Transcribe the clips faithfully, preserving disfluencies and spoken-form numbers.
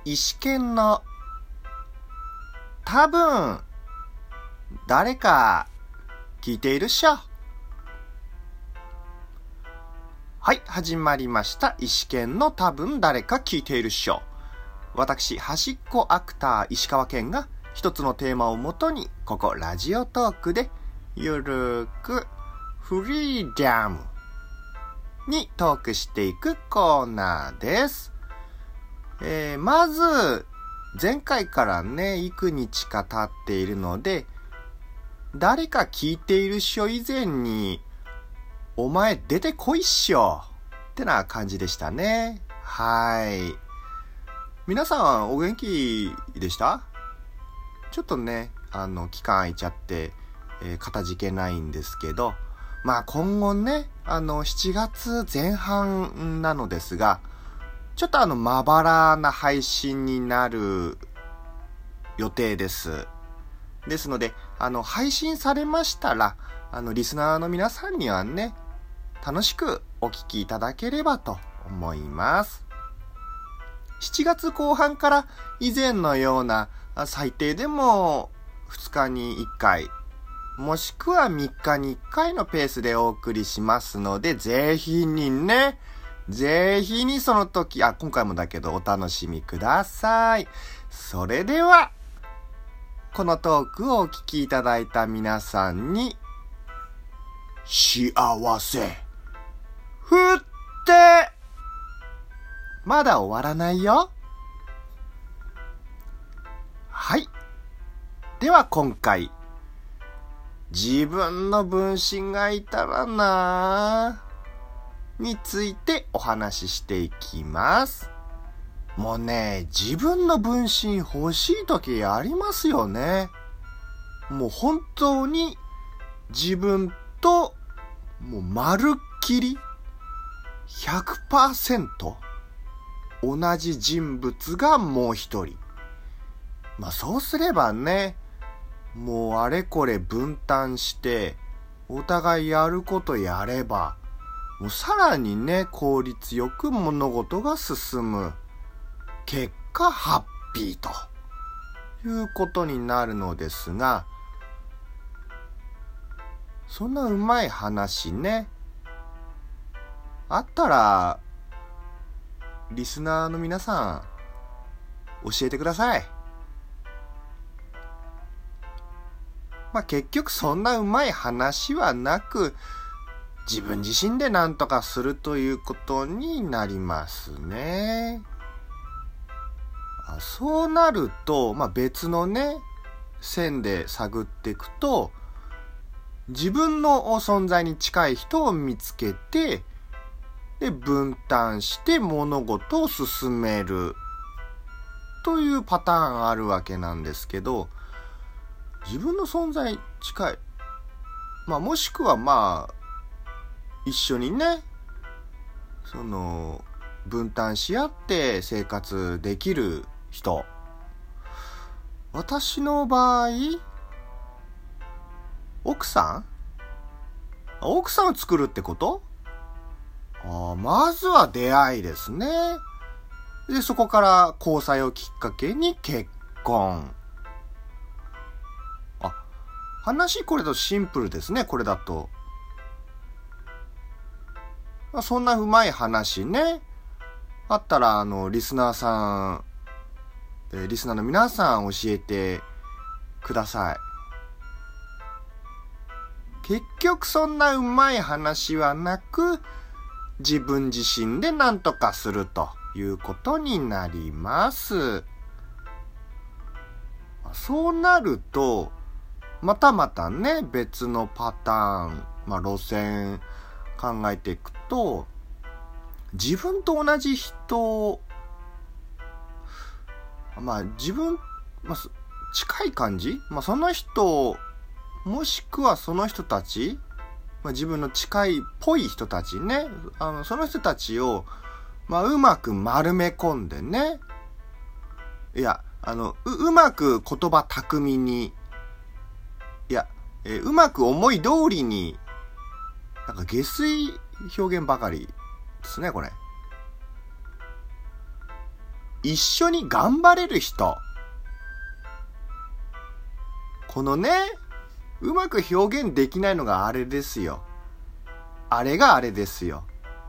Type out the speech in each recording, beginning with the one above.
石剣の多分誰か聞いているっしょ。はい、始まりました。石剣の多分誰か聞いているっしょ。私、端っこアクター石川県が一つのテーマをもとに、ここラジオトークでゆるーくフリーダムにトークしていくコーナーです。えー、まず、前回からね、幾日か経っているので、誰か聞いているっしょ以前に、お前出てこいっしょってな感じでしたね。はい。皆さんお元気でした？ちょっとね、あの、期間空いちゃって、えー、かたじけないんですけど、まあ今後ね、あの、しちがつぜん半なのですが、ちょっとあの、まばらな配信になる予定です。ですので、あの、配信されましたら、あの、リスナーの皆さんにはね、楽しくお聞きいただければと思います。しちがつこう半から以前のような、最低でもふつかにいっかい、もしくはみっかにいっかいのペースでお送りしますので、ぜひにね、ぜひにその時、あ、今回もだけどお楽しみください。それでは、このトークをお聞きいただいた皆さんに、幸せ、ふって、まだ終わらないよ。はい。では今回、自分の分身がいたらなぁについてお話ししていきます。もうね、自分の分身欲しい時ありますよね。もう本当に自分ともうまるっきり ひゃくパーセント 同じ人物がもう一人。まあそうすればね、もうあれこれ分担してお互いやることやれば、もうさらにね、効率よく物事が進む。結果ハッピーということになるのですが、そんなうまい話ね、あったらリスナーの皆さん教えてください。まあ結局そんなうまい話はなく、自分自身で何とかするということになりますね。そうなると、まあ、別のね、線で探っていくと、自分の存在に近い人を見つけて、で、分担して物事を進めるというパターンあるわけなんですけど、自分の存在近い。まあ、もしくはまあ、一緒にね、その、分担し合って生活できる人。私の場合、奥さん？奥さんを作るってこと？あ、まずは出会いですね。で、そこから交際をきっかけに結婚。あ、話これとシンプルですね、これだと。そんなうまい話ね。あったら、あの、リスナーさん、えー、リスナーの皆さん教えてください。結局そんなうまい話はなく、自分自身で何とかするということになります。そうなると、またまたね、別のパターン、まあ路線考えていくと、自分と同じ人、まあ自分、まあ、近い感じ、まあその人、もしくはその人たち、まあ、自分の近いっぽい人たちね、あのその人たちを、まあうまく丸め込んでね、いや、あの、う、うまく言葉巧みに、いや、えー、うまく思い通りに、なんか下水表現ばかりですね、これ。 一緒に頑張れる人。このね、うまく表現できないのがあれですよ。あれがあれですよ。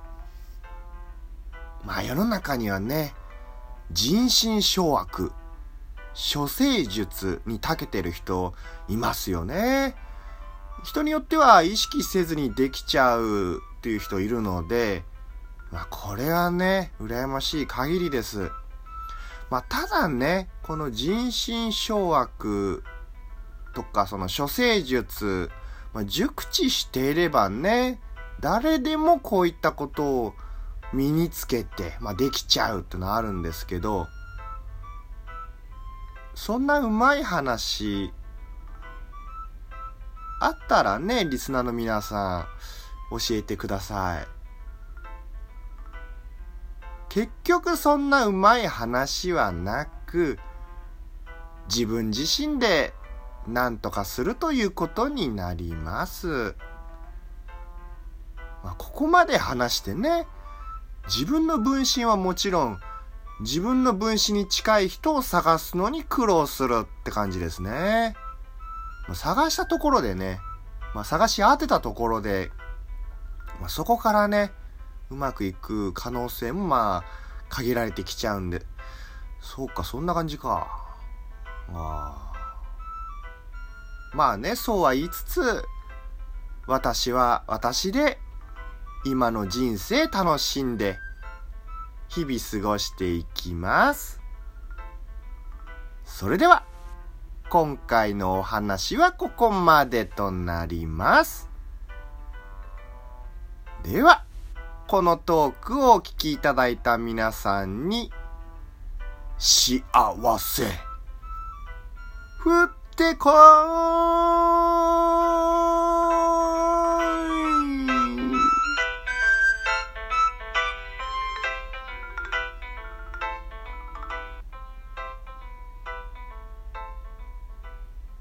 まあ世の中にはね、人心掌握、処世術に長けてる人いますよね。人によっては意識せずにできちゃうっていう人いるので、まあこれはね、羨ましい限りです。まあただね、この人心掌握とかその処世術、まあ、熟知していればね、誰でもこういったことを身につけて、まあ、できちゃうってのはあるんですけど、そんなうまい話あったらね、リスナーの皆さん教えてください。結局そんなうまい話はなく、自分自身で何とかするということになります。まあ、ここまで話してね、自分の分身はもちろん、自分の分身に近い人を探すのに苦労するって感じですね。まあ、探したところでね、まあ、探し当てたところで、まあ、そこからね、うまくいく可能性もまあ限られてきちゃうんで、そうか、そんな感じか。あまあね、そうは言いつつ、私は私で今の人生楽しんで日々過ごしていきます。それでは今回のお話はここまでとなります。ではこのトークをお聞きいただいた皆さんに幸せ降ってこー